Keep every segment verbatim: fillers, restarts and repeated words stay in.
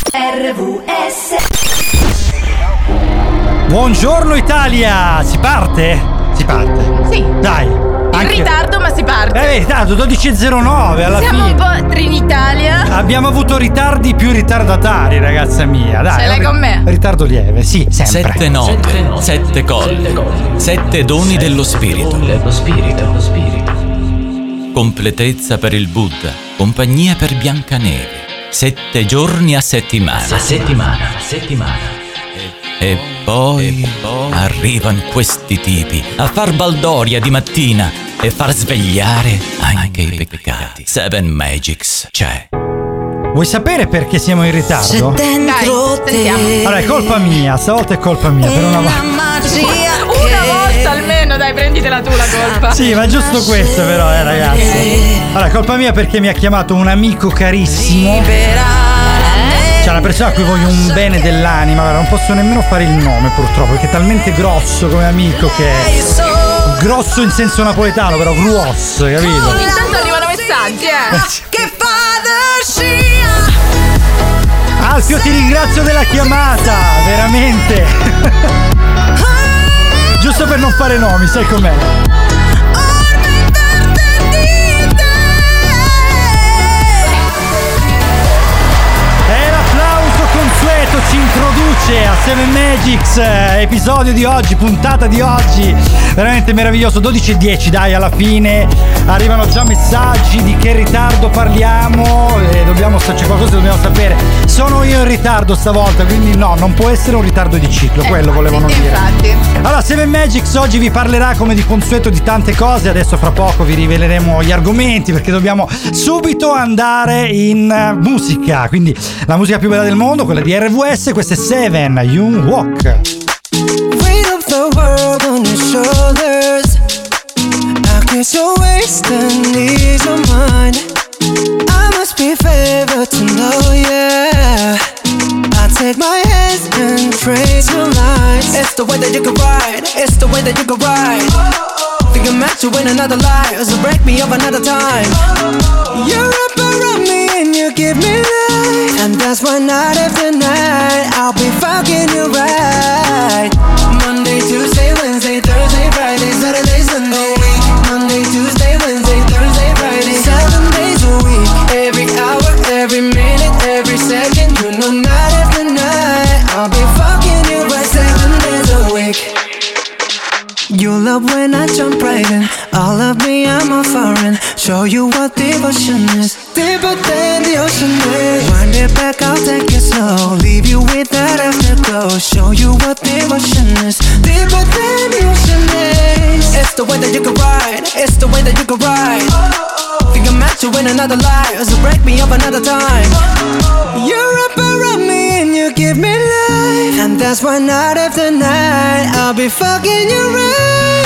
R V S. Buongiorno Italia, si parte? Si parte. Sì. Dai. In Anche... ritardo, ma si parte. Eh, tanto dodici e zero nove alla Siamo fine. un po' Trinitalia. Abbiamo avuto ritardi più ritardatari, ragazza mia. Dai, Ce l'hai ri- con me? Ritardo lieve, sì, sempre. Sette note, sette colli, sette doni dello spirito. Completezza per il Buddha, compagnia per Biancaneve. Sette giorni a settimana. A settimana, a settimana. E poi, e poi arrivano questi tipi a far baldoria di mattina e far svegliare anche i peccati. Seven Magics c'è. Vuoi sapere perché siamo in ritardo? Dai, sentiamo. Allora, è colpa mia, stavolta è colpa mia, per una volta. Una volta almeno, dai, prenditela tu la colpa. Sì, ma è giusto questo però, eh, ragazzi. Allora, è colpa mia perché mi ha chiamato un amico carissimo. Cioè, una persona a cui voglio un bene dell'anima. Guarda, non posso nemmeno fare il nome, purtroppo, perché è talmente grosso come amico che è grosso in senso napoletano, però gruosso, capito? Intanto arrivano messaggi, eh. Che father sia. Alfio, ti ringrazio della chiamata, veramente. Giusto per non fare nomi, sai com'è? E l'applauso consueto ci introduce a Seven Magics, eh, episodio di oggi, puntata di oggi, veramente meraviglioso. Dodici e dieci, dai, alla fine arrivano già messaggi di che ritardo parliamo e dobbiamo, c'è qualcosa che dobbiamo sapere. Sono io in ritardo stavolta, quindi no, non può essere un ritardo di ciclo, Eh, quello infatti, volevano dire. infatti. Allora, Seven Magics oggi vi parlerà come di consueto di tante cose. Adesso fra poco vi riveleremo gli argomenti perché dobbiamo subito andare in eh, musica. Quindi la musica più bella del mondo, quella di R V S, questa è Seven, Young Walk. Weight of the world on your shoulders. I kiss your waist and ease your mind. I must be favored to know, yeah. I take my hands and trace your lines. It's the way that you can ride. It's the way that you can ride. Think I'm meant to win another life, so break me up another time. You're up around me and you give me life, and that's why night after night I'll be fucking you right. Monday, Tuesday, Wednesday, Thursday, Friday, Saturday, Sunday. Monday, Tuesday, Wednesday, Thursday, Friday, seven days a week. Every hour, every minute, every second. You know night after night I'll be fucking you right seven days a week. You love when I jump right in. All of me, I'm a foreign. Show you what devotion is. Deeper than the ocean is. Wind it back, I'll take it slow. Leave you with that afterglow. Show you what devotion is. Deeper than the ocean is. It's the way that you can ride. It's the way that you can ride. Think I'm meant to win another life, so break me up another time. You're up around me and you give me life, and that's why night after night I'll be fucking you right.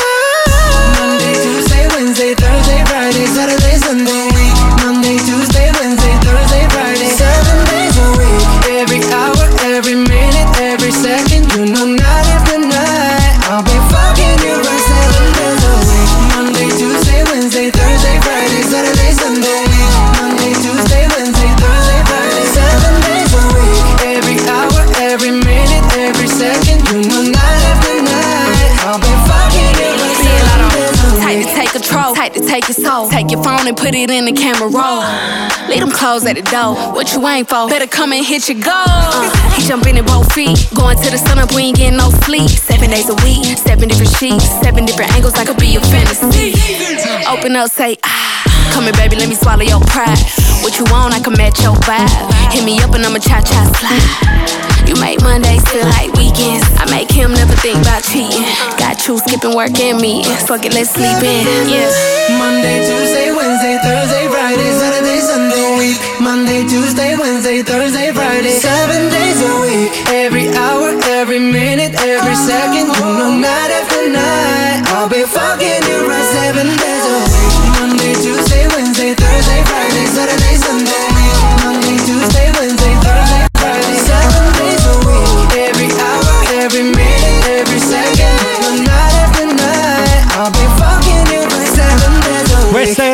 Monday, Tuesday, Wednesday, Thursday, Friday, Saturday, Sunday. Monday, Tuesday, Wednesday, Thursday, Friday, seven days a week. Every hour, every minute, every second. You know night after night I'll be fucking you right seven days a week. Monday, Tuesday, Wednesday, Thursday, Friday, Saturday, Sunday. Monday, Tuesday, Wednesday, Thursday, Friday, seven days a week. Every hour, every minute, every second. You know night after night I'll be fucking you right seven days a week. Tight to take control, tight to take your soul. Take your phone and put it in the camera roll. Leave them clothes at the door. What you ain't for? Better come and hit your goal. Uh, he jumping in both feet. Going to the sun up, we ain't getting no sleep. Seven days a week, seven different sheets, seven different angles. I could be your fantasy. Open up, say ah. Come here, baby, let me swallow your pride. What you want, I can match your vibe. Hit me up and I'ma cha-cha slide. You make Mondays feel like weekends. I make him never think about cheating. Got you skipping work and meetings. Fuck it, let's sleep in, yeah. Monday, Tuesday, Wednesday, Thursday, Friday, Saturday, Sunday, week. Monday, Tuesday, Wednesday, Thursday, Friday, seven days a week. Every hour, every minute, every second. You know night after night I'll be fucking you right seven days a week. Monday, Tuesday, Wednesday, Thursday, Friday, Saturday, Sunday. Monday, Tuesday, Wednesday, Thursday, Friday, seven days a week. Every hour, every minute, every second. You know night after night I'll be fucking you right seven days a week. Questa era Seven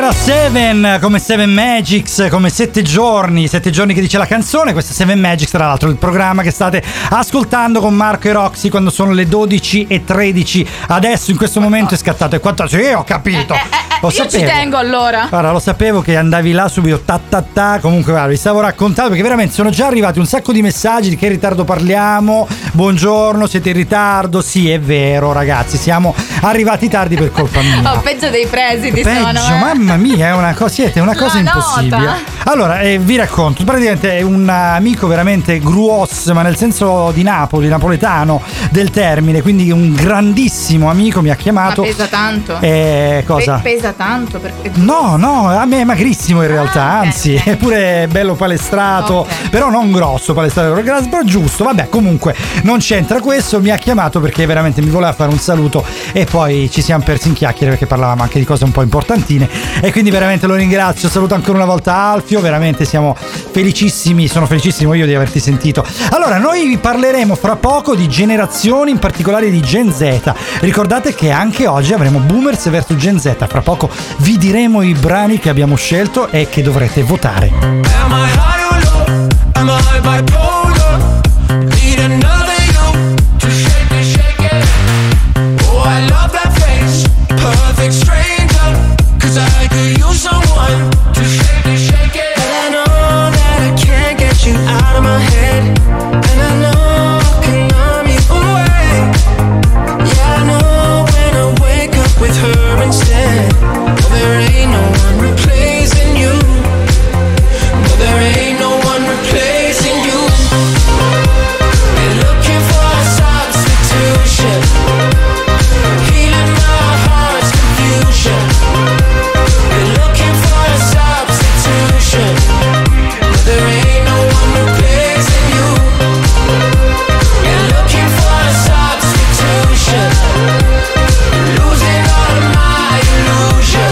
Seven come Seven Magics, come Sette Giorni, Sette Giorni che dice la canzone. Questo è Seven Magics, tra l'altro il programma che state ascoltando con Marco e Roxy quando sono le dodici e tredici. Adesso in questo momento è scattato il quattro. Sì, ho capito. Eh, eh, Lo io sapevo. ci tengo allora. Guarda, lo sapevo che andavi là subito ta ta ta. Comunque guarda, vi stavo raccontando perché veramente sono già arrivati un sacco di messaggi di che ritardo parliamo. Buongiorno, siete in ritardo. Sì, è vero ragazzi, siamo arrivati tardi per colpa mia. Oh, peggio dei presidi Peggio, sono, eh. mamma mia, è una cosa, siete una cosa La impossibile. nota. Allora, eh, vi racconto, praticamente è un amico veramente gruos, ma nel senso di Napoli, napoletano del termine, quindi un grandissimo amico mi ha chiamato. Ma pesa tanto? Eh, cosa? Pe- pesa tanto perché... No, no, a me è magrissimo in realtà, Ah, ok, anzi, ok. è pure bello palestrato, Ok. però non grosso palestrato, però giusto, vabbè, comunque non c'entra questo, mi ha chiamato perché veramente mi voleva fare un saluto e poi ci siamo persi in chiacchiere perché parlavamo anche di cose un po' importantine e quindi veramente lo ringrazio, saluto ancora una volta Alfio, veramente siamo felicissimi, sono felicissimo io di averti sentito. Allora, noi vi parleremo fra poco di generazioni, in particolare di Gen Z. Ricordate che anche oggi avremo Boomers versus Gen Z, fra poco vi diremo i brani che abbiamo scelto e che dovrete votare. Am I high or low? Am I bipolar? Need another you to shake it, shake it. Oh, I love that face, perfect stranger. Cause I could use someone to shake it, shake it. But I know that I can't get you out of my head. And I know I can numb you away. Yeah, I know when I wake up with her instead. No, there ain't no one replacing you. No, there ain't no one replacing you. Been looking for a substitution, healing my heart's confusion. Been looking for a substitution. No, there ain't no one replacing you. Been looking for a substitution, losing all of my illusion.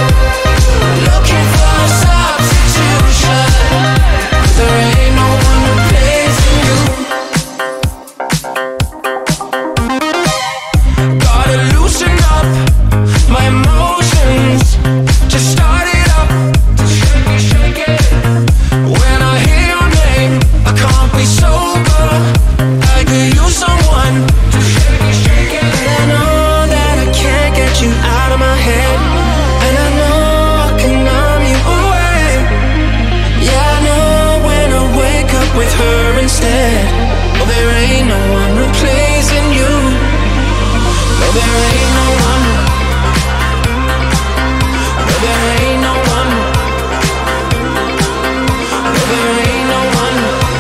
Looking for a substitution. There ain't no one replacing you. Gotta loosen up my emotions. Just start it up, shake it, shake it. When I hear your name, I can't be sober. I could use someone to shake it, shake it. And I know that I can't get you out of my head. And I know I can numb you away. Yeah, I know when I wake up with her instead. Oh, there ain't no one replacing you. No, there ain't no one. No, there ain't no one. No, there ain't no one.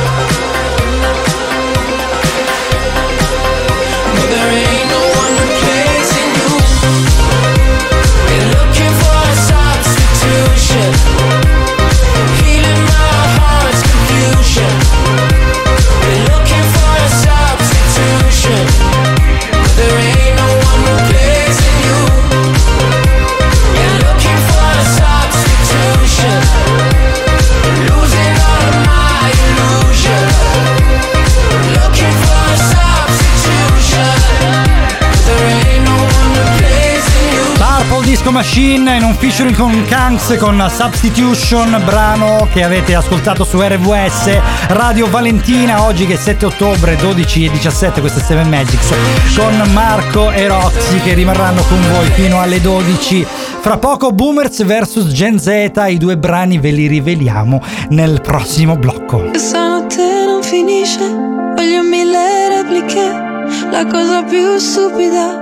No, there ain't no one replacing you. Been looking for a substitution, healing my heart's confusion. Been looking for a substitution. There ain't no one replacing you. Been looking for a substitution, losing all of my illusion. Looking for a substitution. There ain't no one replacing you. Purple Disco Machine in un featuring con Kanks con Substitution, brano che avete ascoltato su R V S Radio Valentina, oggi che è sette ottobre, dodici e diciassette, questo è Seven Magics con Marco e Roxy che rimarranno con voi fino alle dodici. Fra poco Boomers versus Gen Z, i due brani ve li riveliamo nel prossimo blocco. Questa notte non finisce, voglio mille repliche, la cosa più stupida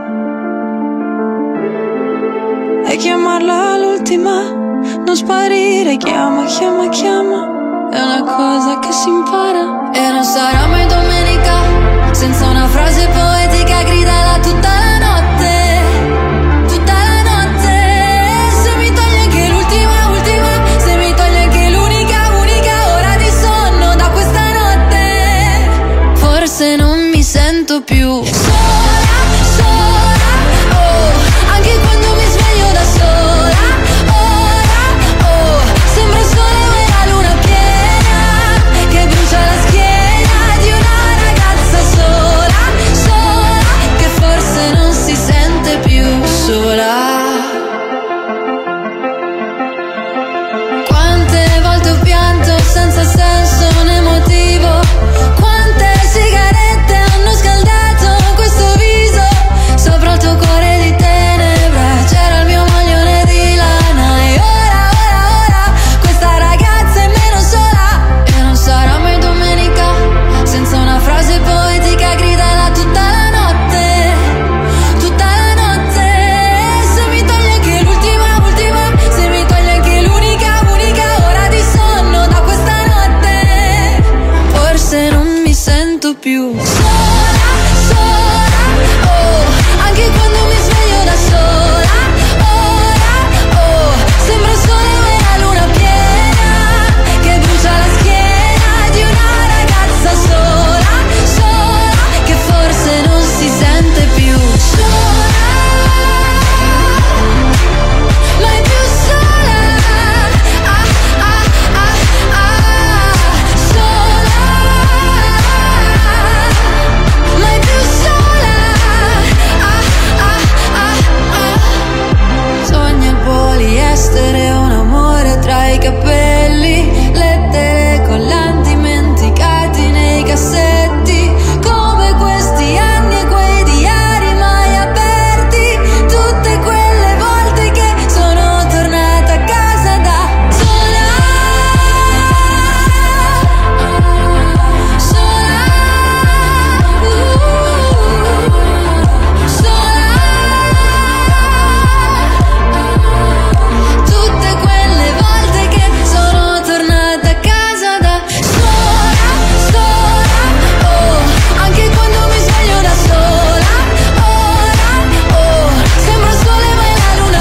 è chiamarla l'ultima, non sparire, chiama, chiama, chiama, è una cosa che si impara. E non sarà mai domenica senza una frase poetica gridala tutta la notte, tutta la notte. Se mi togli anche l'ultima, ultima, se mi togli anche l'unica, unica ora di sonno da questa notte, forse non mi sento più sola, sola, oh, anche quando mi sveglio da sola, ora, oh, sembra il sole o la luna piena che brucia la schiena di una ragazza sola, sola, che forse non si sente più sola. mi sento più sola, sola, oh, anche quando mi sveglio da sola, ora, oh, sembra il sole e la luna piena che brucia la schiena di una ragazza sola, sola, che forse non si sente più sola, mai più sola, ah, ah, ah, ah, sola, mai più sola, ah, ah, ah, ah. Sogna il poliestere, un amore tra i capelli, lettere con dimenticati nei cassetti, come questi anni e quei diari mai aperti, tutte quelle volte che sono tornata a casa da sola, sola, uh, sola, tutte quelle volte che sono tornata a casa da sola, sola, oh, anche quando mi sveglio da sola, ora, oh, sembra il sole ma è la luna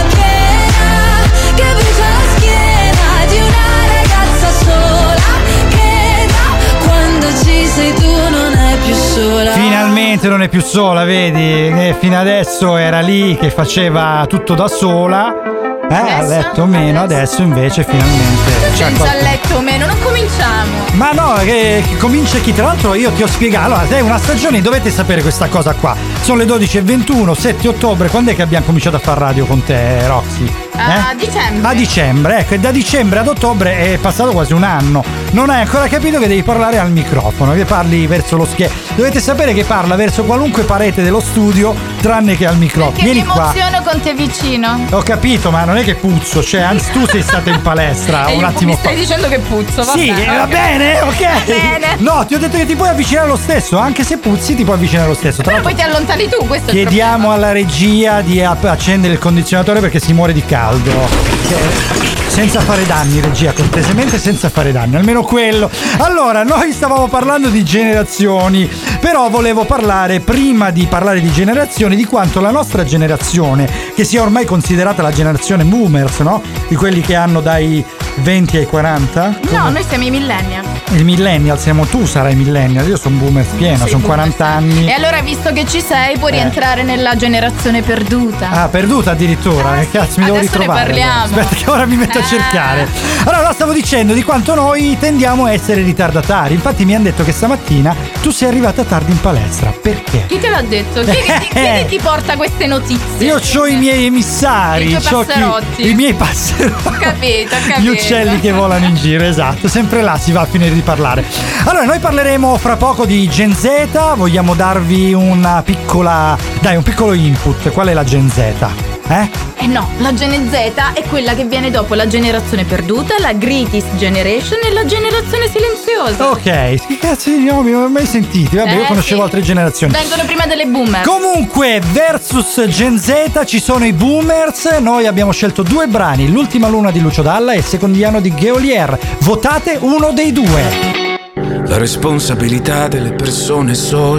piena che brucia la schiena di una ragazza sola, che da quando ci sei tu non è più sola. Finalmente non è più sola, vedi? Che fino adesso era lì che faceva tutto da sola. Eh, a Adesso? letto o meno, adesso invece finalmente c'è Senza qualcuno. letto o meno, non cominciamo. Ma no, che, che comincia chi? Tra l'altro io ti ho spiegato, allora, è una stagione, dovete sapere questa cosa qua. Sono le dodici e ventuno, sette ottobre, quando è che abbiamo cominciato a fare radio con te, Roxy? A dicembre. A dicembre, ecco, e da dicembre ad ottobre è passato quasi un anno. Non hai ancora capito che devi parlare al microfono, che parli verso lo schermo. Dovete sapere che parla verso qualunque parete dello studio, tranne che al microfono. Perché Vieni mi qua. emoziono con te vicino. Ho capito, ma non è che puzzo, cioè, anzi tu sei stata in palestra E un io attimo mi fa. stai dicendo che puzzo, va Sì, bene. va ok. bene, ok. Va bene. No, ti ho detto che ti puoi avvicinare lo stesso, anche se puzzi ti puoi avvicinare lo stesso. Tra Però l'altro, poi ti allontani tu, questo è il chiediamo problema. alla regia di app- accendere il condizionatore perché si muore di caldo. Che- Senza fare danni, regia, cortesemente senza fare danni, almeno quello. Allora, noi stavamo parlando di generazioni, però volevo parlare, prima di parlare di generazioni, di quanto la nostra generazione, che sia ormai considerata la generazione boomers, no? Di quelli che hanno dai venti ai quaranta? No, noi siamo i millennial. Il millennial, siamo tu, sarai millennial, io sono boomer pieno, Sei sono boomer, quaranta sì. anni. E allora, visto che ci sei, puoi Eh. rientrare nella generazione perduta. Ah, perduta addirittura, Ah, che sì. cazzo mi devo Adesso ne ritrovare? parliamo. Aspetta che ora mi metto a Ah. cercare. Allora, stavo dicendo di quanto noi tendiamo a essere ritardatari. Infatti mi hanno detto che stamattina tu sei arrivata tardi in palestra. Perché? Chi te l'ha detto? Chi, chi- chi ti porta queste notizie? Io ho i miei emissari, I tuoi c'ho chi- passerotti. i miei passerotti. Ho capito, ho Gli capito. uccelli che volano in giro, esatto, sempre là si va a finire di parlare. Allora, noi parleremo fra poco di Gen Z, vogliamo darvi una piccola, dai, un piccolo input. Qual è la Gen Z? Eh? Eh no, la Gen Z è quella che viene dopo la generazione perduta, la Greatest Generation e la generazione silenziosa. Ok, che cazzo di nomi non ho mai sentiti? Vabbè, io Eh, conoscevo sì. altre generazioni. Vengono prima delle boomer. Comunque, versus Gen Z ci sono i boomers. Noi abbiamo scelto due brani, L'ultima luna di Lucio Dalla e Il secondiano di Geolier. Votate uno dei due. La responsabilità delle persone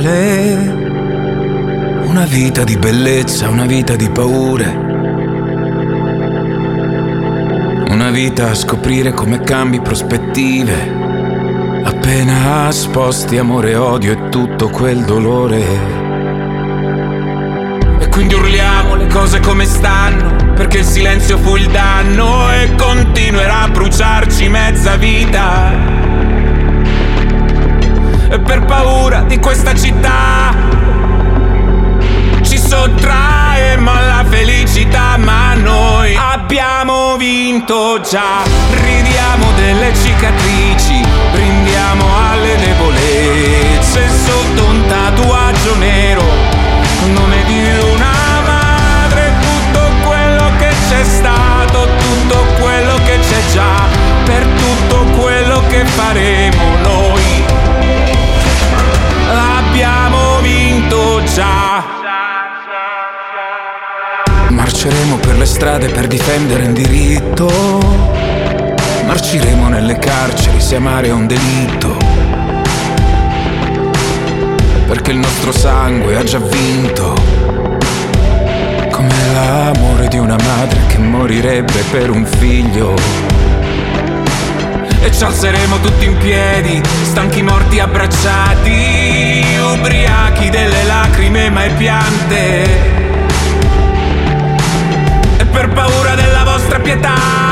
sole. Una vita di bellezza, una vita di paure. Una vita a scoprire come cambi prospettive. Appena sposti amore, odio e tutto quel dolore. E quindi urliamo le cose come stanno, perché il silenzio fu il danno e continuerà a bruciarci mezza vita. E per paura di questa città ci sottraemo alla felicità, ma noi abbiamo vinto già. Ridiamo delle cicatrici, brindiamo alle debolezze sotto un tatuaggio nero, nome di una madre. Tutto quello che c'è stato, tutto quello che c'è già, per tutto quello che faremo noi abbiamo vinto già. Marceremo per le strade per difendere il diritto. Marciremo nelle carceri se amare è un delitto. nostro sangue ha già vinto, come l'amore di una madre che morirebbe per un figlio. E ci alzeremo tutti in piedi, stanchi morti abbracciati, ubriachi delle lacrime mai piante. E per paura della vostra pietà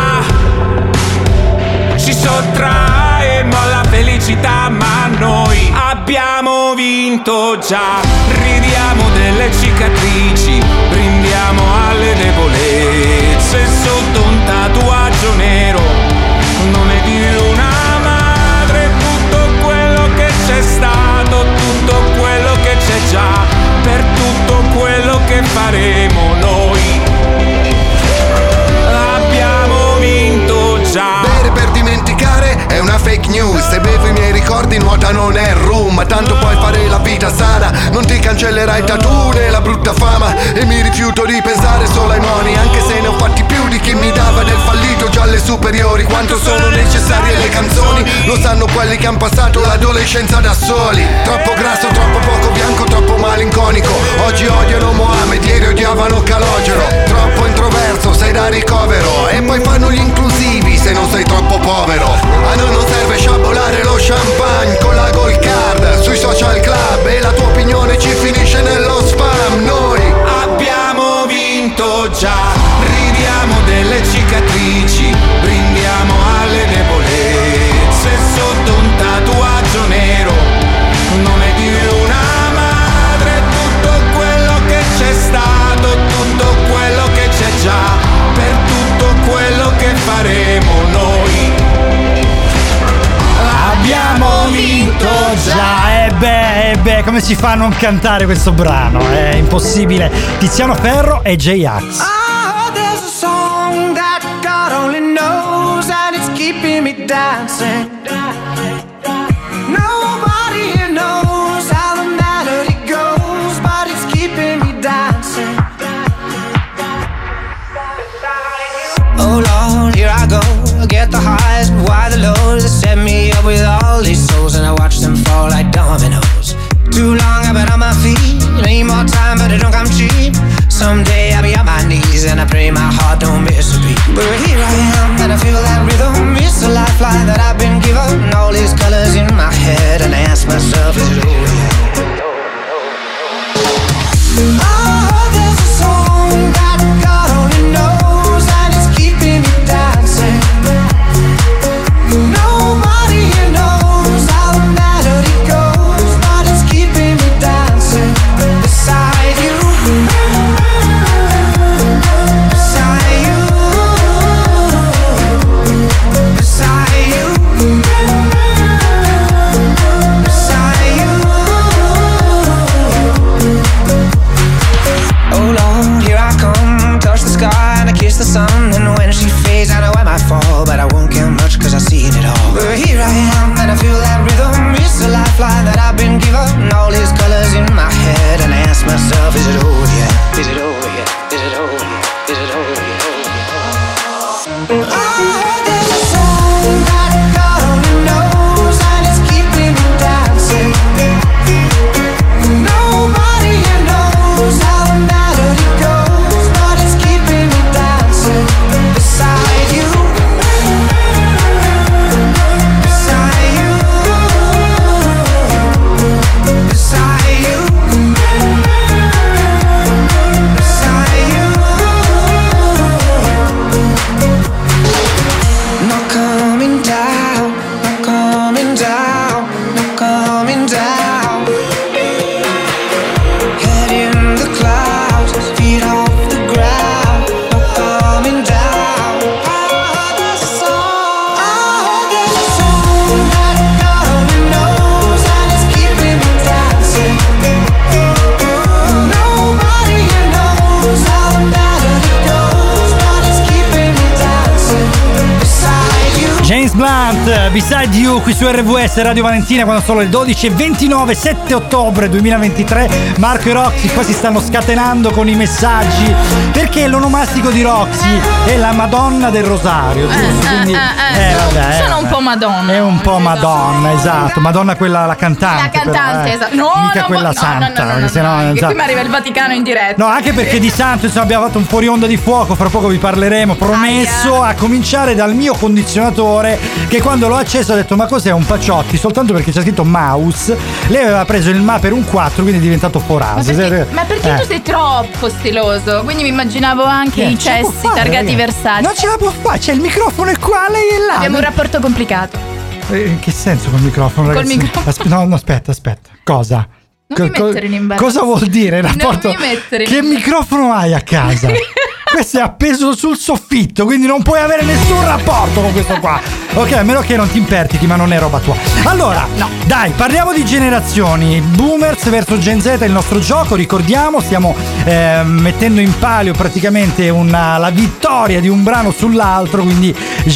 ci sottraemo alla felicità, ma noi abbiamo vinto già. Ridiamo delle cicatrici, brindiamo alle debolezze sotto un tatuaggio nero, nome di una madre. Tutto quello che c'è stato, tutto quello che c'è già, per tutto quello che faremo noi abbiamo vinto già. Bere per dimenticare è una fake news, se bevo i miei ricordi nuota non è rum, ma tanto puoi fare la vita sana, non ti cancellerai il tattoo né la brutta fama. E mi rifiuto di pensare solo ai moni, anche se ne ho fatti più di chi mi dava del fallito già alle superiori. Quanto sono necessarie le canzoni, lo sanno quelli che han passato l'adolescenza da soli. Troppo grasso, troppo poco bianco, troppo malinconico. Oggi odiano Mohammed, ieri odiavano Calogero. Troppo introverso, sei da ricovero, e poi fanno gli inclusivi se non sei troppo povero. A noi non serve sciabolare lo champagne con la gold card sui social club, e la tua opinione ci finisce nello spam. Noi abbiamo vinto già, ridiamo delle cicatrici, brindiamo alle debolezze sotto un tatuaggio nero, nome di una madre. Tutto quello che c'è stato, tutto quello che c'è già, per tutto quello che faremo noi abbiamo vinto già. E beh, e beh, come si fa a non cantare questo brano? È impossibile. Tiziano Ferro e J-Ax. Oh, there's a song that God only knows, and it's keeping me dancing. Nobody here knows how the melody goes, but it's keeping me dancing. Oh Lord, here I go, I get the highs, but why the lows that set me up with all these souls, and I watch them fall like dominoes. Too long I've been on my feet, need more time but it don't come cheap. Someday I'll be on my knees and I pray my heart don't miss a beat. But here I am and I feel that rhythm, it's a lifeline that I've been given. All these colors in my head and I ask myself, is it over? Oh, there's a song that God only knows, and it's keeping me dancing. Nobody here knows how the melody goes, but it's keeping me dancing beside you, beside you, beside you, beside you. Oh Lord, here I come, touch the sky and I kiss the sun, and when she fades I know I might fall, but I won't care much cause I've seen it all. But here I am and I feel that rhythm, it's a lifeline that I've been given. All these colors in my head and I ask myself, is it over yet? Is it over yet? Is it over yet? Is it over yet? Oh, there's a song that God only knows, and it's keeping me dancing. Nobody here knows how the melody goes, but it's keeping me dancing beside you, beside you, beside you, beside you. Not coming down, not coming down, not coming down. Head in the clouds, feet off the ground, not coming down. Oh, there's a song, oh, there's a song that God only knows, and it's keeping me dancing. Nobody here knows how the melody goes, but it's keeping me dancing beside you. James Blunt, uh, Beside You qui su R V S Radio Valentina, quando sono le dodici e ventinove, sette ottobre duemilaventitré. Marco e Roxy qua si stanno scatenando con i messaggi, perché l'onomastico di Roxy è la Madonna del Rosario, giusto? Eh, Quindi, eh, eh, eh, vabbè, sono eh, un po' Madonna. È un po' Madonna, esatto. Madonna quella, la cantante. La cantante, però, eh. esatto. No, mica no, quella no, santa. no, no, no, perché sennò, no, no, che esatto. qui mi arriva il Vaticano in diretta. No, anche perché di santo insomma, abbiamo fatto un fuori onda di fuoco, fra poco vi parleremo, promesso, a cominciare dal mio condizionatore, che quando l'ho acceso ho detto ma cos'è, un Paciotti? Soltanto perché c'è scritto mouse. Lei aveva preso il ma per un quattro, quindi è diventato forase. Ma perché, ma perché eh. tu sei troppo stiloso? Quindi mi immaginavo anche Eh, i ce la può cessi fare, targati ragazzi. Versace. Non ce la può fare, c'è il microfono è qua, lei è là. Abbiamo un rapporto complicato. Eh, In che senso col microfono, Col ragazzi? microfono. Aspe- no, no, aspetta, aspetta. Cosa? Non mi mettere in imbarazzo. Cosa vuol dire il Non rapporto? mi mettere in Che imbarazzo. microfono hai a casa? Questo è appeso sul soffitto, quindi non puoi avere nessun rapporto con questo qua. Ok, a meno che non ti impertichi, ma non è roba tua. Allora, No. dai, parliamo di generazioni. Boomers versus Gen Z è il nostro gioco, ricordiamo, stiamo eh, mettendo in palio praticamente una, la vittoria di un brano sull'altro, quindi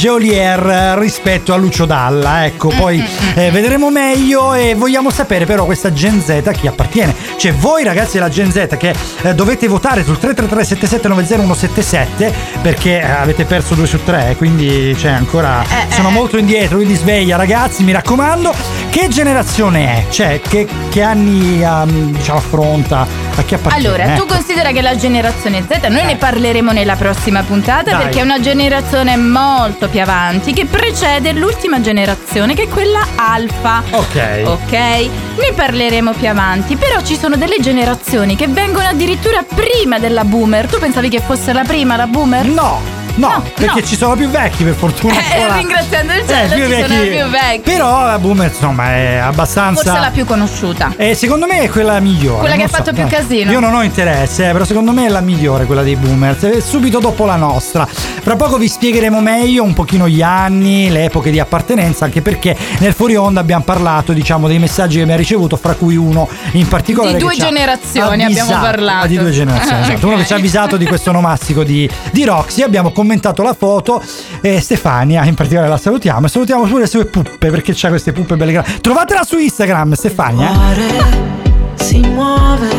Geolier rispetto a Lucio Dalla. Ecco, poi eh, vedremo meglio e vogliamo sapere però questa Gen Z a chi appartiene. Cioè voi ragazzi della Gen Z che eh, dovete votare sul tre tre tre sette sette nove zero uno sette sette perché eh, avete perso due su tre, quindi cioè ancora Eh, sono eh. molto indietro, quindi sveglia ragazzi, mi raccomando. Che generazione è? Cioè che, che anni um, diciamo affronta, a chi appartiene? Allora, tu Ecco. considera che la generazione Z, noi ne parleremo nella prossima puntata, Dai. perché è una generazione molto più avanti che precede l'ultima generazione, che è quella alfa. Ok. Ok, ne parleremo più avanti, però ci sono delle generazioni che vengono addirittura prima della boomer. Tu pensavi che fosse la prima la boomer? No. No, No, perché no. ci sono più vecchi per fortuna. Eh, ancora. ringraziando il cielo, più ci sono più vecchi. Però la boomer insomma è abbastanza. Forse la più conosciuta. E secondo me è quella migliore. Quella che non ha fatto più no. casino. Io non ho interesse, eh, però secondo me è la migliore, quella dei boomers. È subito dopo la nostra. Fra poco vi spiegheremo meglio un pochino gli anni, le epoche di appartenenza, anche perché nel fuori onda abbiamo parlato, diciamo, dei messaggi che mi ha ricevuto, fra cui uno in particolare. Di che due ci ha generazioni avvisato- abbiamo parlato. Ah, di due generazioni, esatto. Uno che ci ha avvisato di questo onomastico di, di Roxy. Abbiamo commentato la foto. E Stefania in particolare la salutiamo. E salutiamo pure le sue puppe, perché c'ha queste puppe belle grandi. Trovatela su Instagram, Stefania. Il cuore si muove,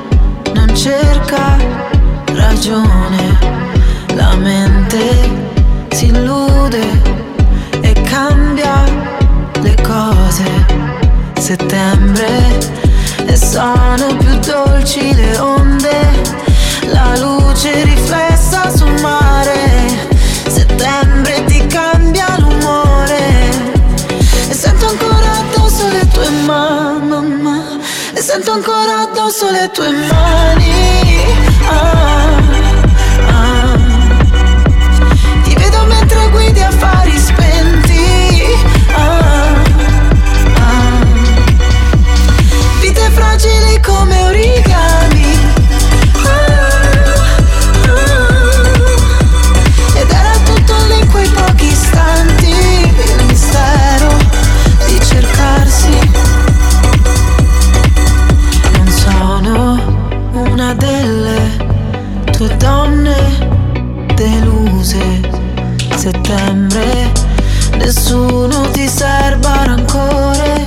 non cerca ragione, la mente si illude e cambia le cose. Settembre e sono più dolci le onde, la luce riflessa sul mare. Settembre ti cambia l'umore e sento ancora addosso le tue mani, e sento ancora addosso le tue mani. Ah, ah. Ti vedo mentre guidi affari spenti. Ah, ah. Vite fragili come origami. In quei pochi istanti il mistero di cercarsi. Non sono una delle tue donne deluse. Settembre, nessuno ti serba rancore.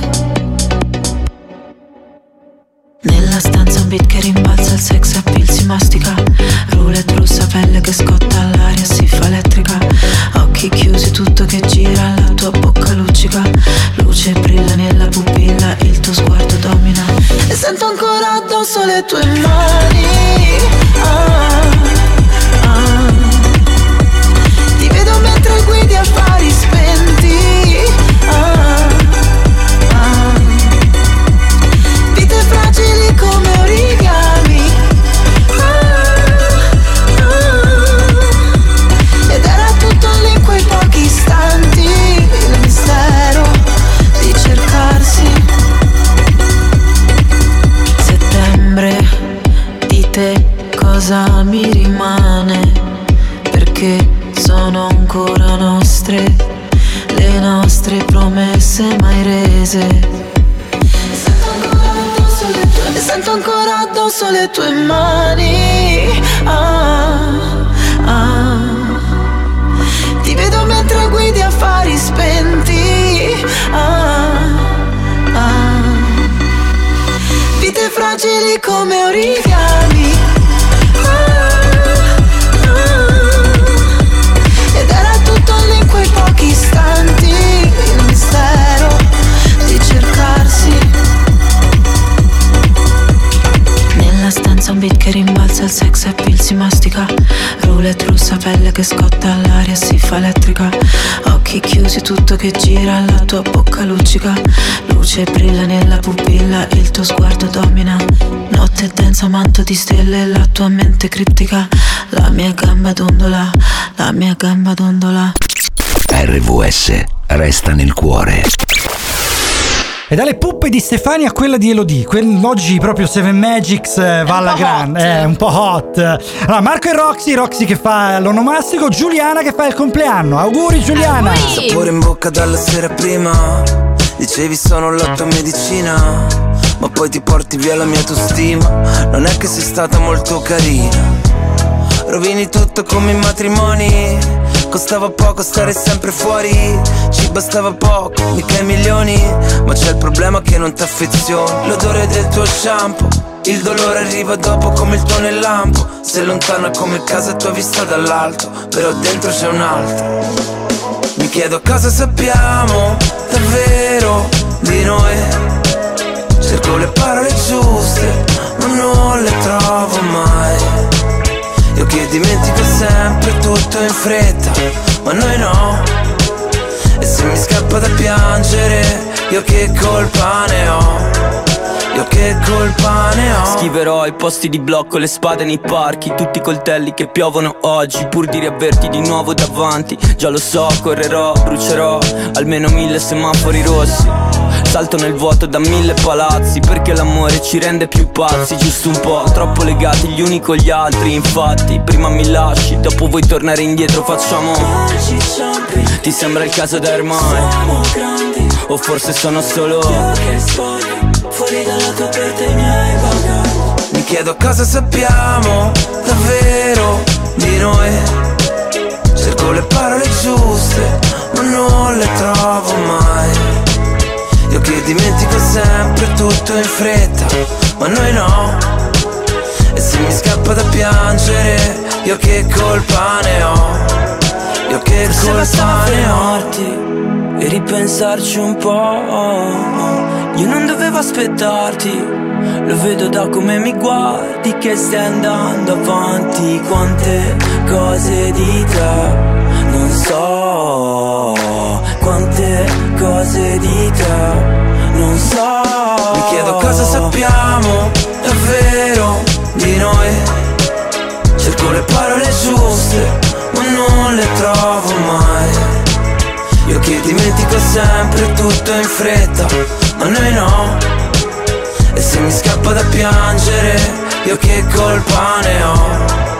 Nella stanza un beat che rimbalza, il sex appeal si mastica. Roulette russa, pelle che scotta, l'aria si fa elettrica. Occhi chiusi, tutto che gira, la tua bocca luccica. Luce brilla nella pupilla, il tuo sguardo domina. E sento ancora addosso le tue mani. Ah, ah. Ti vedo mentre guidi affari spenti. Ah, ah. Vite fragili come origami. Ah, ah. Ed era tutto lì in quei pochi istanti, il mistero di cercarsi. Settembre, di te cosa mi rimane? Perché sono ancora nostre le nostre promesse mai rese. E sento ancora addosso le tue mani. Ah, ah. Ti vedo mentre guidi affari spenti. ah, ah. Vite fragili come origami, ah, ah. Ed era tutto lì in quei pochi istanti, il mistero di cercarsi. Nella stanza un beat che rimbalza, il sex appeal si mastica, roulette russa, pelle che scotta, l'aria si fa elettrica, occhi chiusi, tutto che gira, la tua bocca luccica, luce brilla nella pupilla, il tuo sguardo domina, notte densa, manto di stelle, la tua mente criptica, la mia gamba dondola, la mia gamba dondola. R V S resta nel cuore. E dalle puppe di Stefania a quella di Elodie, oggi proprio Seven Magics eh, va alla grande, è un po' hot. Allora, Marco e Roxy, Roxy che fa l'onomastico, Giuliana che fa il compleanno. Auguri Giuliana. Auguri. Sapore in bocca dalla sera prima, dicevi sono la tua medicina, ma poi ti porti via la mia autostima. Non è che sei stata molto carina, rovini tutto come i matrimoni. Costava poco stare sempre fuori, ci bastava poco, mica i milioni. Ma c'è il problema che non t'affezioni. L'odore del tuo shampoo, il dolore arriva dopo come il tuo nel lampo. Sei lontana come casa tua vista dall'alto, però dentro c'è un altro. Mi chiedo cosa sappiamo davvero di noi. Cerco le parole giuste, ma non le trovo mai. Io che dimentico sempre tutto in fretta, ma noi no. E se mi scappa da piangere, io che colpa ne ho? Io che colpa ne ho? Schiverò i posti di blocco, le spade nei parchi, tutti i coltelli che piovono oggi, pur di riaverti di nuovo davanti. Già lo so, correrò, brucerò almeno mille semafori rossi. Salto nel vuoto da mille palazzi, perché l'amore ci rende più pazzi. Giusto un po', troppo legati gli uni con gli altri. Infatti, prima mi lasci, dopo vuoi tornare indietro, facciamo. Ti sembra il caso da ormai? O forse sono solo io che sbaglio, fuori dalla tua porta i miei bagagli. Mi chiedo cosa sappiamo davvero di noi. Cerco le parole giuste, ma non le trovo mai. Io che dimentico sempre tutto in fretta, ma noi no. E se mi scappa da piangere, io che colpa ne ho? Io che Forse colpa ne ho? E ripensarci un po'. Io non dovevo aspettarti, lo vedo da come mi guardi che stai andando avanti. Quante cose di te non so, quante cose di te non so. Mi chiedo cosa sappiamo davvero di noi. Cerco le parole giuste, ma non le trovo mai. Io che dimentico sempre tutto in fretta, ma noi no. E se mi scappa da piangere, io che colpa ne ho?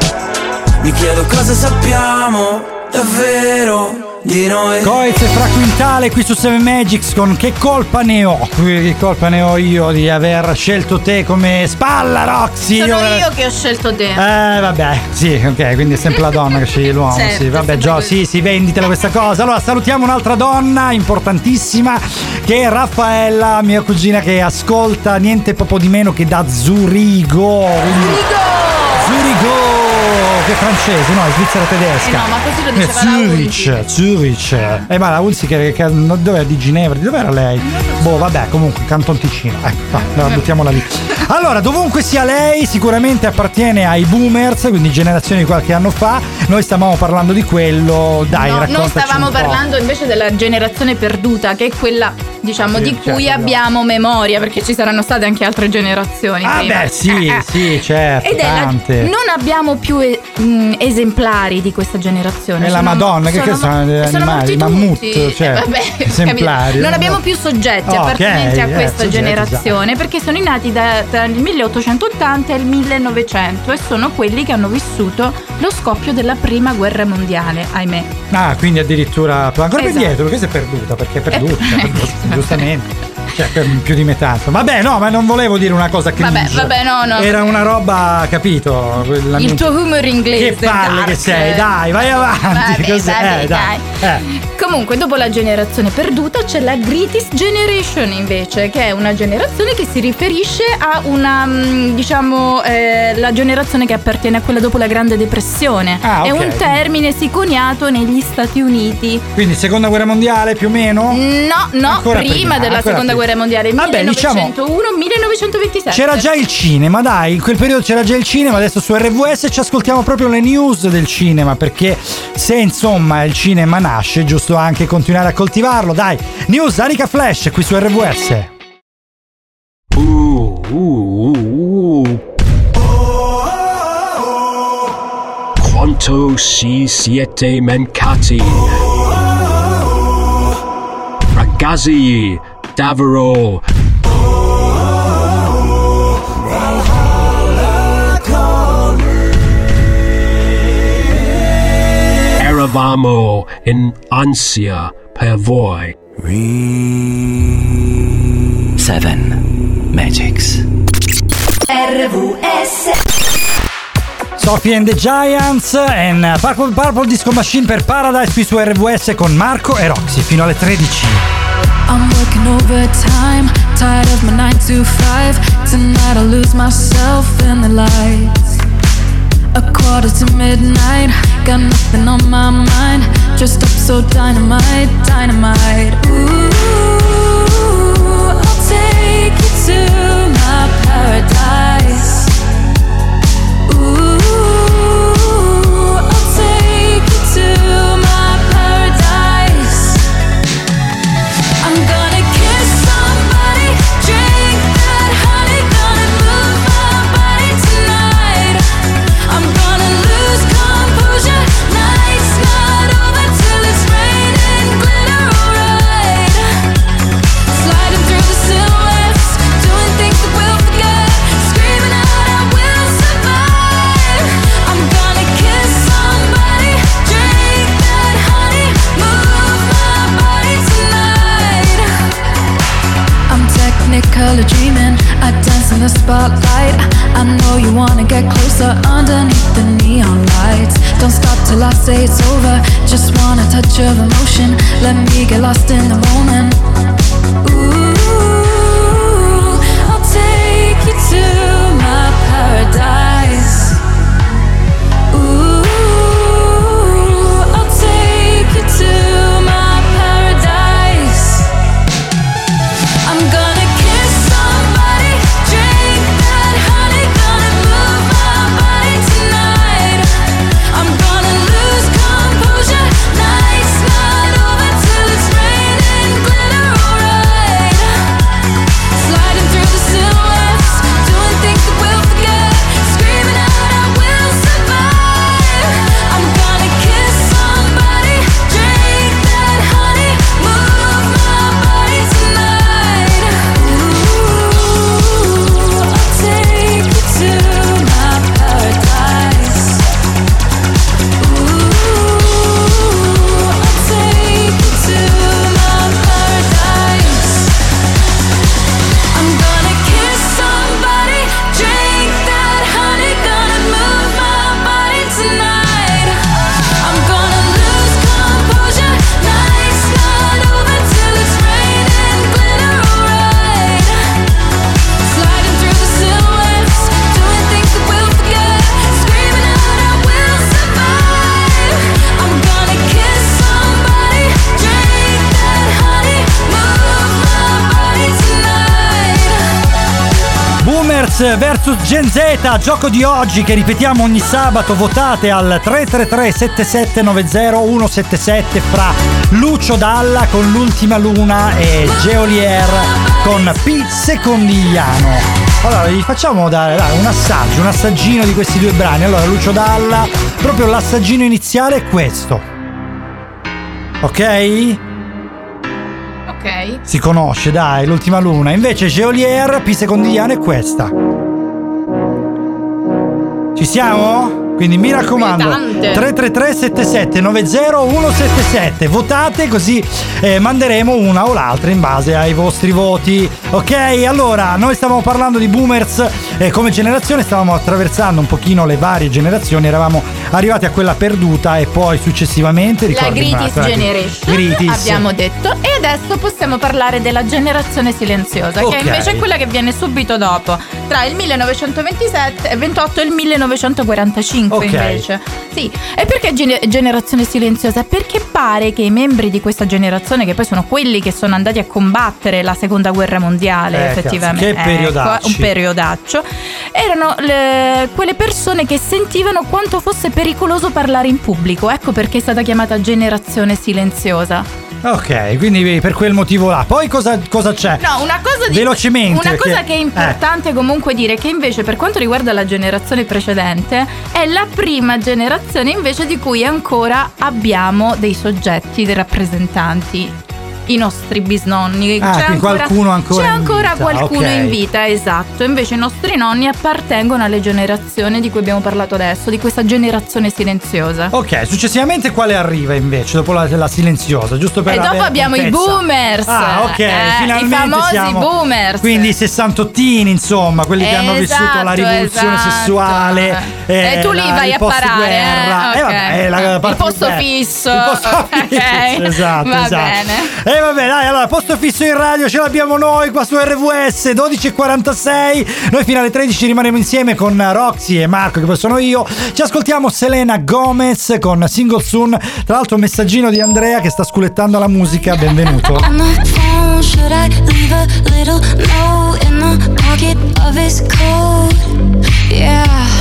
Mi chiedo cosa sappiamo davvero di noi. Coez e Fra Quintale qui su Seven Magics con Che colpa ne ho? Che colpa ne ho io di aver scelto te come spalla, Roxy? Sono io, io che ho scelto te. Eh vabbè, sì, ok, quindi è sempre la donna che sceglie l'uomo. Certo, sì, vabbè, Gio, sì, sì, venditela questa cosa. Allora, salutiamo un'altra donna importantissima che è Raffaella, mia cugina, che ascolta niente poco di meno che da Zurigo. Zurigo! Zurigo! Che è francese, no, è svizzera tedesca. Eh no, ma così lo Eh, diceva la Unzi. Zurich, Zurich. Eh, ma la Unzi che, che dov'era? Di Ginevra? Di dov'era lei? Boh, vabbè, comunque, Canton Ticino. Ecco, va, la buttiamola lì. Allora, dovunque sia lei, sicuramente appartiene ai boomers, quindi generazioni di qualche anno fa. Noi stavamo parlando di quello, dai, No, raccontaci noi stavamo un po'. parlando invece della generazione perduta, che è quella, diciamo, Sì, di certo, cui certo. abbiamo memoria, perché ci saranno state anche altre generazioni Ah prima. beh, sì, Eh, eh. sì, certo, Ed è la- tante. non abbiamo più eh, mh, esemplari di questa generazione. E la Sono- Madonna, che, che sono degli sono animali, morti mammut, tutti. cioè, Eh, vabbè, esemplari. capito. Non abbiamo più soggetti Ok, appartenenti a eh, questa soggetti, generazione, perché sono nati da- tra il milleottocentottanta e il millenovecento e sono quelli che hanno vissuto lo scoppio della prima guerra mondiale, ahimè. Ah, quindi addirittura ancora più Esatto. indietro, perché si è perduta, perché è perduta, è perduta, giustamente. cioè più di metà. Vabbè, no, ma non volevo dire una cosa cringe. Vabbè, vabbè, no, no. Era una roba, capito? La Il tuo humor inglese. Che palle dark. che sei, dai, vai avanti. Vabbè, Così, vabbè, eh, dai. dai. Comunque, dopo la generazione perduta c'è la Greatest Generation invece, che è una generazione che si riferisce a una, diciamo, eh, la generazione che appartiene a quella dopo la Grande Depressione. Ah, è ok. un termine sì coniato negli Stati Uniti. Quindi seconda guerra mondiale più o meno? No, no, Ancora prima, prima, della ancora seconda prima. guerra mondiale, Vabbè, millenovecentouno millenovecentoventisette. C'era già il cinema, dai, in quel periodo c'era già il cinema, adesso su R V S ci ascoltiamo proprio le news del cinema, perché se insomma il cinema nasce, è giusto anche continuare a coltivarlo, dai. News Anica Flash qui su R V S. Uh, uh, uh, uh. Quanto si siete mancati, ragazzi, davvero. Eravamo in ansia per voi. Seven Magics. R V S. Sophie and the Giants and Purple, Purple Disco Machine per Paradise qui su R V S con Marco e Roxy fino alle tredici. I'm working overtime, tired of my nine to five. Tonight I'll lose myself in the lights. A quarter to midnight, got nothing on my mind. Dressed up so dynamite, dynamite. Ooh, I'll take you to my paradise. Ooh, I'll take you to my paradise. I'm gonna kiss somebody, drink that honey, gonna move my body tonight. I'm gonna lose composure, night's not over till it's raining glitter, alright. Sliding through the silhouettes, doing things that we'll forget, screaming out I will survive. I'm gonna kiss somebody, drink that honey, move my body tonight. I'm technicolor dreaming, I dance in the spotlight. I know you wanna get closer underneath the neon lights. Don't stop till I say it's over, just want a touch of emotion. Let me get lost in the moment. Ooh, I'll take you to my paradise. Ooh, I'll take you to my paradise. I'm gonna kiss somebody, drink that honey, gonna move my body tonight. I'm gonna lose composure, night's not over till it's raining glitter, alright. Sliding through the silhouettes, doing things that we'll forget, screaming out I will survive. I'm gonna kiss somebody, drink that honey, move my body tonight. Ooh, I'll take you to my paradise. Ooh, I'll take you to my paradise. I'm gonna kiss somebody, drink that honey, gonna move my body tonight. I'm gonna lose composure, night's not over till it's raining glitter, alright. Sliding through the silhouettes, doing things that we'll forget, screaming out I will survive. I'm gonna kiss somebody, drink that honey, move my body tonight. Boomers versus Gen Z, gioco di oggi che ripetiamo ogni sabato, votate al tre tre tre sette sette nove zero uno sette sette fra Lucio Dalla con L'ultima luna e Geolier con P. Secondigliano. Allora gli facciamo dare, dare un assaggio, un assaggino di questi due brani. Allora Lucio Dalla, proprio l'assaggino iniziale è questo, ok? Ok. Si conosce, dai, L'ultima luna. Invece Geolier, P. Secondigliano è questa. Ci siamo? Quindi mi raccomando, Tante. tre tre tre sette sette nove zero uno sette sette, votate così eh, manderemo una o l'altra in base ai vostri voti. Ok, allora noi stavamo parlando di boomers eh, come generazione, stavamo attraversando un pochino le varie generazioni, eravamo arrivati a quella perduta e poi successivamente La ricordi Gritis una- Generation Gritis. abbiamo detto, e adesso possiamo parlare della generazione silenziosa, Ok. che invece è quella che viene subito dopo, tra il millenovecentoventisette ventotto e il millenovecentoquarantacinque. Ok. Invece sì. E perché gene- generazione silenziosa? Perché pare che i membri di questa generazione, che poi sono quelli che sono andati a combattere la seconda guerra mondiale, Eh, effettivamente, cazzo, che periodacci. ecco, un periodaccio, erano le- quelle persone che sentivano quanto fosse pericoloso parlare in pubblico. Ecco perché è stata chiamata generazione silenziosa. Ok, quindi per quel motivo là. Poi cosa, cosa c'è? No, una cosa di, Velocemente, una cosa perché- che è importante comunque dire, che invece per quanto riguarda la generazione precedente è la prima generazione invece di cui ancora abbiamo dei soggetti, dei rappresentanti, i nostri bisnonni. Ah, quindi qualcuno ancora c'è in ancora vita, qualcuno ok. in vita, esatto. Invece i nostri nonni appartengono alle generazioni di cui abbiamo parlato adesso, di questa generazione silenziosa. Ok, successivamente quale arriva invece dopo la, la silenziosa? Giusto per E dopo avere abbiamo i contezza. boomers. Ah, ok, Eh, finalmente i famosi siamo- boomers. Quindi i sessantottini, insomma, quelli che hanno Esatto, vissuto la rivoluzione esatto. sessuale. E tu lì la- vai il a parare, post-guerra. eh? Eh, Ok. vabbè, è la Il parte posto bella. fisso. Il posto fisso, Ok. esatto, Va esatto. bene. E vabbè, dai, allora, posto fisso in radio ce l'abbiamo noi qua su R V S dodici e quarantasei. Noi fino alle tredici rimarremo insieme con Roxy e Marco, che poi sono io. Ci ascoltiamo Selena Gomez con Single Soon. Tra l'altro un messaggino di Andrea che sta sculettando la musica. Benvenuto. On the phone, should I leave a little note in the pocket of his coat? Yeah,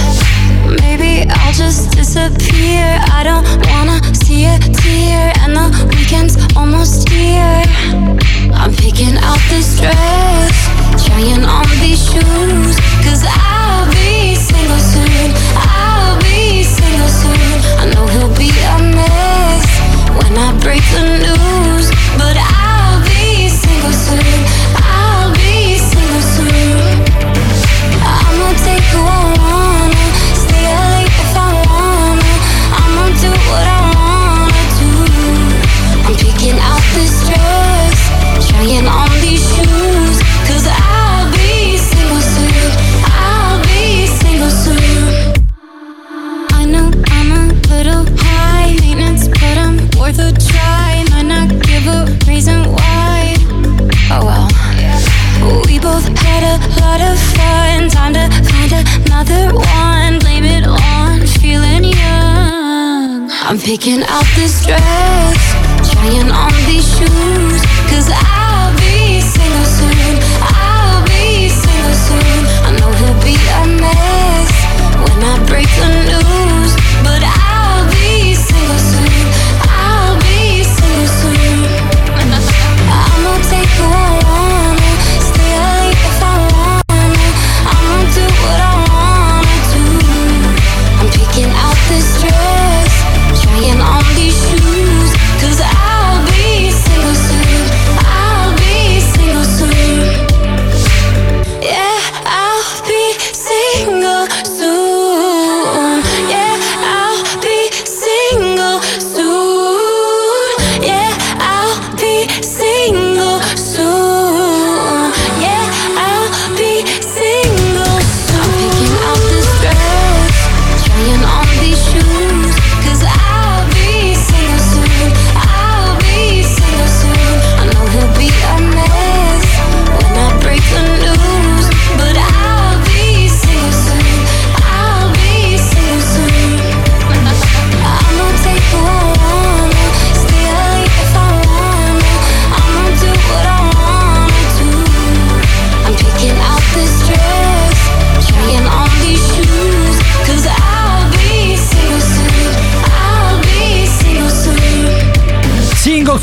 maybe I'll just disappear. I don't wanna see a tear, and the weekend's almost here. I'm picking out this dress, trying on these shoes, cause I'll be single soon. I'll be single soon. I know he'll be a mess when I break the news, but I'll be single soon. I'll be single soon. I'ma take who I wanna, stay up late if I wanna. I'ma do what I wanna do. I'm picking out this dress, trying on these shoes, cause I'll be single soon. I'll be single soon. I know I'm a little high maintenance, but I'm worth a try. Might not give a reason why. Oh well. We both had a lot of fun. Time to find another one. Blame it on feeling young. I'm picking out this dress, trying on these shoes, cause I'll be single soon. I'll be single soon. I know he'll be a mess when I break the news, but I'll be single soon. I'll be single soon. I'ma take who I wanna, stay up late if I wanna. I'ma do what I wanna do. I'm picking out this dress, trying on these shoes, cause I'll be single soon. I'll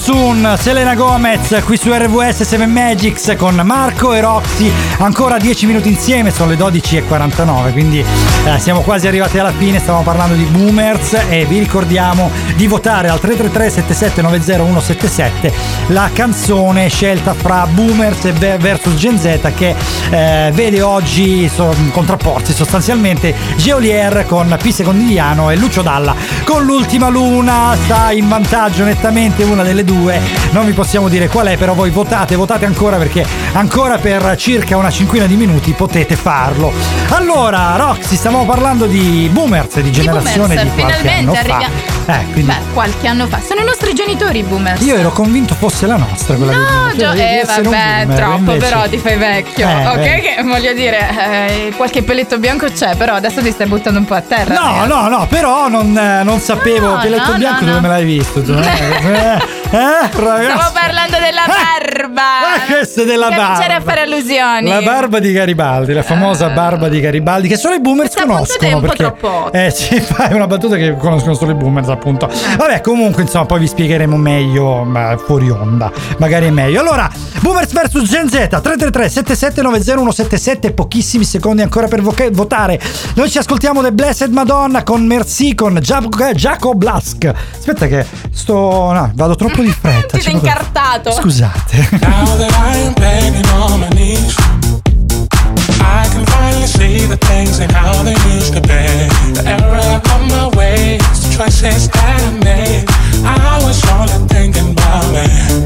Soon, Selena Gomez qui su R V S sette Magics con Marco e Roxy, ancora dieci minuti insieme, sono le dodici e quarantanove, quindi eh, siamo quasi arrivati alla fine, stavamo parlando di boomers e vi ricordiamo di votare al tre tre tre sette sette nove zero uno sette sette la canzone scelta fra boomers versus Gen Z che eh, vede oggi so, contrapporsi sostanzialmente Geolier con P. Secondigliano e Lucio Dalla con L'ultima luna. Sta in vantaggio nettamente una delle due, non vi possiamo dire qual è, però voi votate, votate ancora perché ancora per circa una cinquina di minuti potete farlo. Allora Roxy, stavamo parlando di boomers, di generazione di, di qualche anno arriva... fa. Eh, quindi... Beh, qualche anno fa. Sono i nostri genitori i boomers. Io ero convinto fosse la nostra quella no, di Gio- eh vabbè, boomer, troppo invece... però ti fai vecchio. Eh, ok, eh. che voglio dire, eh, qualche pelletto bianco c'è, però adesso ti stai buttando un po' a terra. No, ragazzi. no, no, però non, non sapevo. No, Pelletto no, bianco no, dove no. me l'hai visto tu? Eh, eh, eh, ragazzi. Stavo parlando della barba. Ah, questa è della che barba. C'era a fare allusioni. La barba di Garibaldi, la famosa barba di Garibaldi, che solo i boomers Questa conoscono. battuta è un perché, po' troppo. Eh sì, fai una battuta che conoscono solo i boomers, appunto. Vabbè, comunque, insomma, poi vi spiegheremo meglio ma fuori onda. Magari è meglio. Allora, boomers versus Gen Z, tre tre tre sette sette nove zero uno sette sette, pochissimi secondi ancora per vo- votare. Noi ci ascoltiamo The Blessed Madonna con Merci con Jacob, Jacob Blask. Aspetta che sto no, vado troppo di fretta. Ti sei incartato. Scusate. Now that I am begging on my knees, I can finally see the things and how they used to be. The error of my ways, the choices that I made. I was only thinking about me.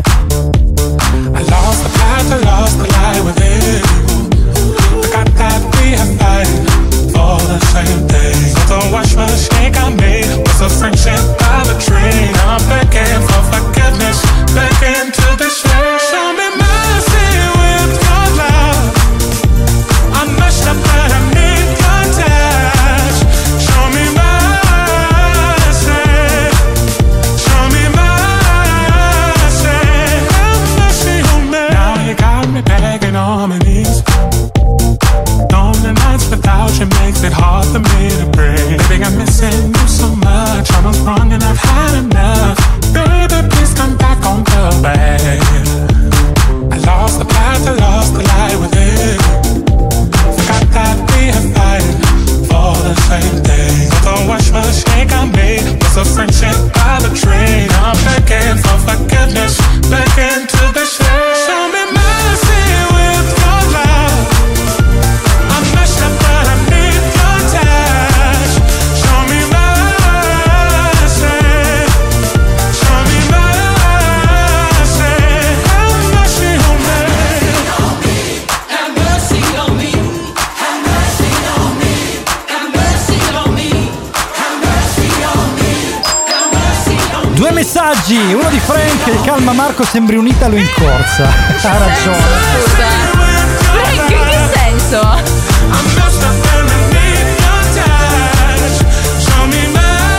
I lost the path, I lost the light within. Forgot that we are fighting for the same thing. So the wash mistake I made was a friendship of a dream. I'm begging for forgiveness, begging to be saved. Show me mercy with your love. I messed up but I need your touch. Show me mercy. Show me mercy. Have mercy on me. Now you got me begging on my knees. Lonely nights without you makes it hard for me to breathe. Baby, I'm missing you so much. I was wrong and I've had enough. Baby, please come back on the way. I lost the path, I lost the light within. Forgot that we are fighting for the same thing. The worst mistake I made was a friendship by the train. I'm begging for forgiveness, begging to be saved. Show me mercy with your love. I messed up but I need your touch. Show me mercy. Show me mercy. Have mercy on me. Have mercy on me. Have mercy on me. Have mercy on me. Have mercy on me. Have mercy on me. Due messaggi, uno di Frank che calma Marco, sembri un italo in corsa. Ha ragione. Scusa. Frank, in che senso? I messed up and I need your touch. Show me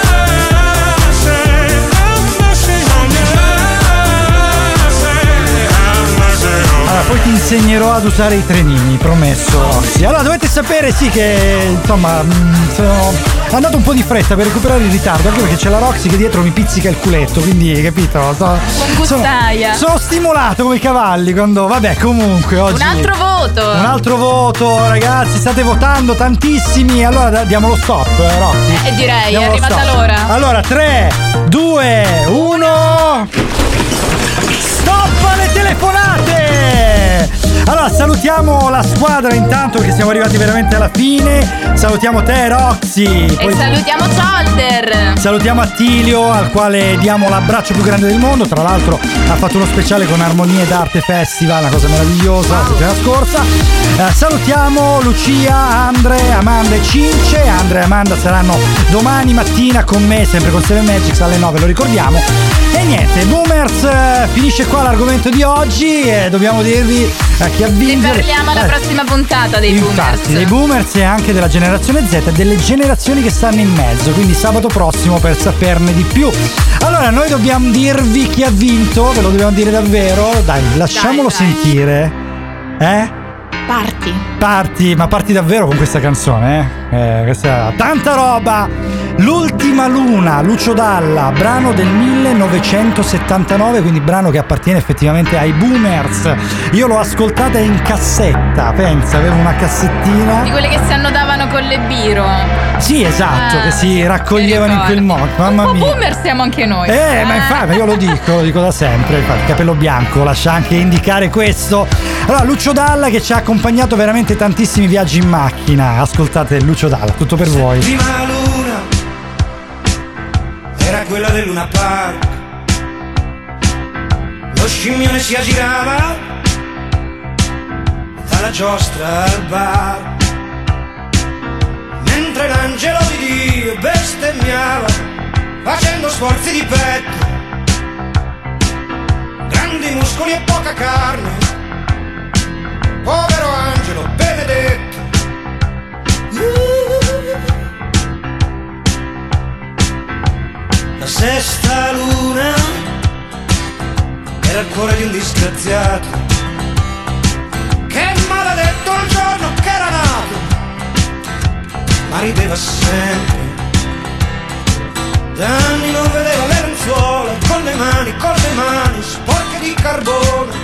mercy. Have mercy on me. Have mercy on me. Allora, poi ti insegnerò ad usare i trenini, promesso. Sì, allora dovete sapere sì che insomma mh, sono andato un po' di fretta per recuperare il ritardo, anche perché c'è la Roxy che dietro mi pizzica il culetto, quindi capito? Sono, sono, sono stimolato come i cavalli quando vabbè, comunque oggi Un altro voto. Un altro voto, ragazzi, state votando tantissimi. Allora da- diamo lo stop, eh, Roxy. Eh, direi, Diamo è lo arrivata stop. l'ora. Allora, tre, due, uno. Stop alle telefonate! Allora salutiamo la squadra intanto perché siamo arrivati veramente alla fine. Salutiamo te Roxy. E Poi salutiamo Solder. salutiamo Attilio al quale diamo l'abbraccio più grande del mondo. Tra l'altro ha fatto uno speciale con Armonie d'Arte Festival, una cosa meravigliosa la settimana scorsa. Eh, salutiamo Lucia, Andre, Amanda e Cince. Andre e Amanda saranno domani mattina con me, sempre con sette Magics alle nove, lo ricordiamo. E niente, Boomers, eh, finisce qua l'argomento di oggi e dobbiamo dirvi eh, chi ha vinto. Ne parliamo alla Eh, prossima puntata dei Boomers. Infatti, dei Boomers e anche della generazione Z e delle generazioni che stanno in mezzo, quindi sabato prossimo per saperne di più. Allora noi dobbiamo dirvi chi ha vinto, ve lo dobbiamo dire davvero. Dai, lasciamolo Dai, dai. sentire. Eh? Parti. Parti, ma parti davvero con questa canzone, eh? Eh, questa tanta roba. L'ultima luna, Lucio Dalla, brano del millenovecentosettantanove, quindi brano che appartiene effettivamente ai boomers. Io l'ho ascoltata in cassetta, pensa, avevo una cassettina. Di quelle che si annodavano con le biro. Sì, esatto, ah, che si raccoglievano in quel modo. Mamma un po' mia. boomer siamo anche noi. Eh, ah. ma infatti io lo dico, lo dico da sempre, infatti, capello bianco lascia anche indicare questo. Allora, Lucio Dalla che ci ha accompagnato veramente tantissimi viaggi in macchina. Ascoltate Lucio Dalla, tutto per voi. L'ultima luna era quella del Luna Park. Lo scimmione si aggirava dalla giostra al bar, mentre l'angelo di Dio bestemmiava facendo sforzi di petto, grandi muscoli e poca carne. Povero angelo benedetto. La sesta luna era il cuore di un disgraziato che maledetto il giorno che era nato, ma rideva sempre. Da anni non vedeva le lenzuola con le mani, con le mani sporche di carbone.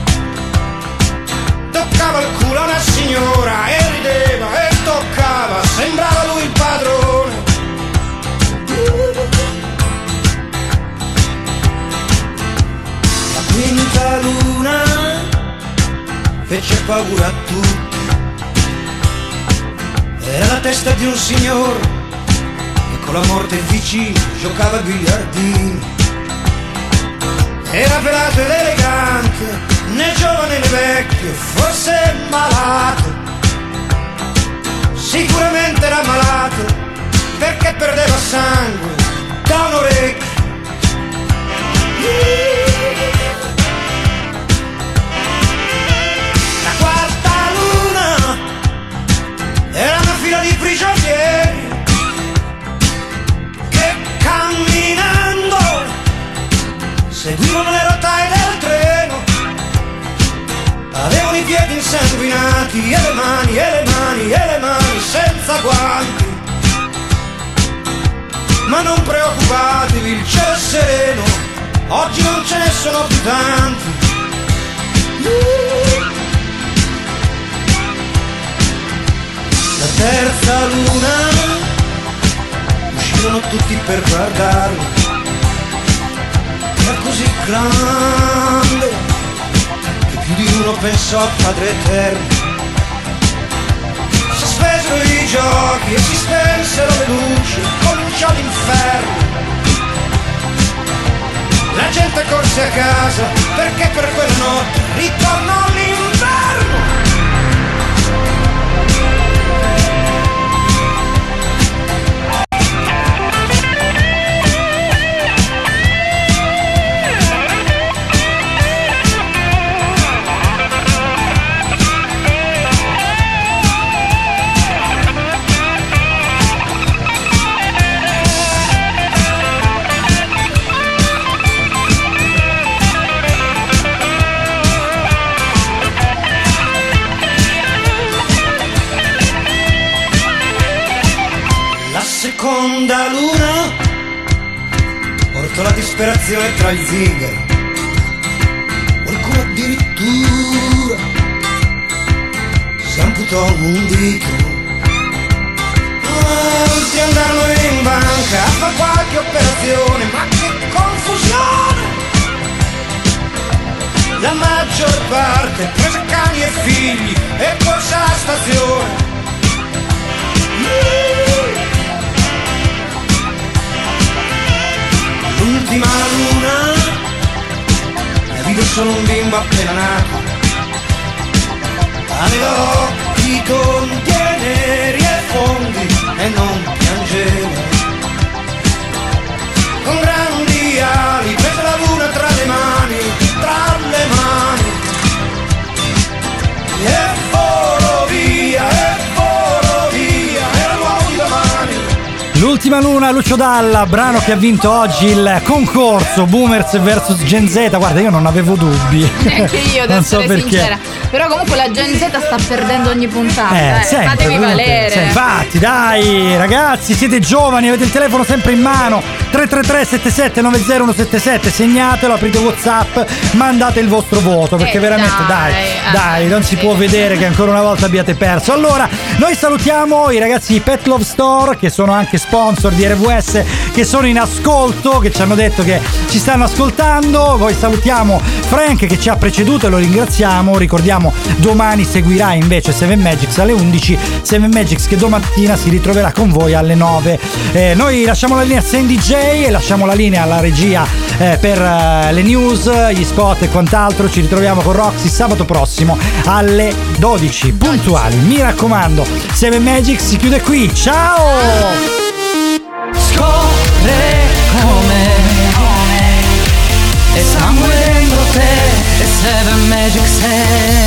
Toccava il culo a una signora e rideva e toccava, sembrava lui il padrone. La quinta luna fece paura a tutti. Era la testa di un signore che con la morte vicino giocava a biliardini. Era pelato ed elegante, né giovane né vecchio, forse malato. Sicuramente era malato, perché perdeva sangue da un orecchio. La quarta luna era una fila di prigionieri che camminando seguivano le rotaie del treno. Avevano i piedi insanguinati e le mani, e le mani, e le mani senza guanti. Ma non preoccupatevi, il cielo è sereno, oggi non ce ne sono più tanti. La terza luna uscirono tutti per guardarlo. Era così grande che più di uno pensò a Padre Eterno. Sospesero i giochi e si spensero le luci, cominciò l'inferno. La gente corse a casa perché per quella notte ritornò l'inverno. Seconda luna portò la disperazione tra gli zingari. Qualcuno addirittura si amputò un dito. Molti andarono in banca a fare qualche operazione, ma che confusione! La maggior parte prese cani e figli e corse alla stazione. L'ultima luna la vide solo un bimbo appena nato, aveva occhi tondi e neri e fondi e non piangeva. Con grandi ali prese la luna tra le mani, tra le mani, e volò via, e volò via, era l'uomo di domani. L'ultima luna, Lucio Dalla, brano che ha vinto oggi il concorso Boomers versus Gen Z. Guarda, io non avevo dubbi. Neanche io, devo non so essere perché. sincera. Però comunque la Gen Z sta perdendo ogni puntata. Eh, Eh, sempre, fatevi comunque, valere. sì, infatti, dai, ragazzi, siete giovani, avete il telefono sempre in mano. tre tre tre sette sette nove zero uno sette sette, segnatelo, aprite WhatsApp, mandate il vostro voto, perché Eh, veramente dai, dai, dai, ah, non si sì. può vedere che ancora una volta abbiate perso. Allora, noi salutiamo i ragazzi di Pet Love Store, che sono anche sponsor di R V S, che sono in ascolto, che ci hanno detto che ci stanno ascoltando. Poi salutiamo Frank che ci ha preceduto e lo ringraziamo. Ricordiamo, domani seguirà invece Seven Magics alle undici. Seven Magics che domattina si ritroverà con voi alle nove. Eh, noi lasciamo la linea a Sandy J e lasciamo la linea alla regia eh, per eh, le news, gli spot e quant'altro. Ci ritroviamo con Roxy sabato prossimo alle dodici puntuali. Mi raccomando, Seven Magics si chiude qui. Ciao! Scopre come è sangue dentro te e Seven Magic sei.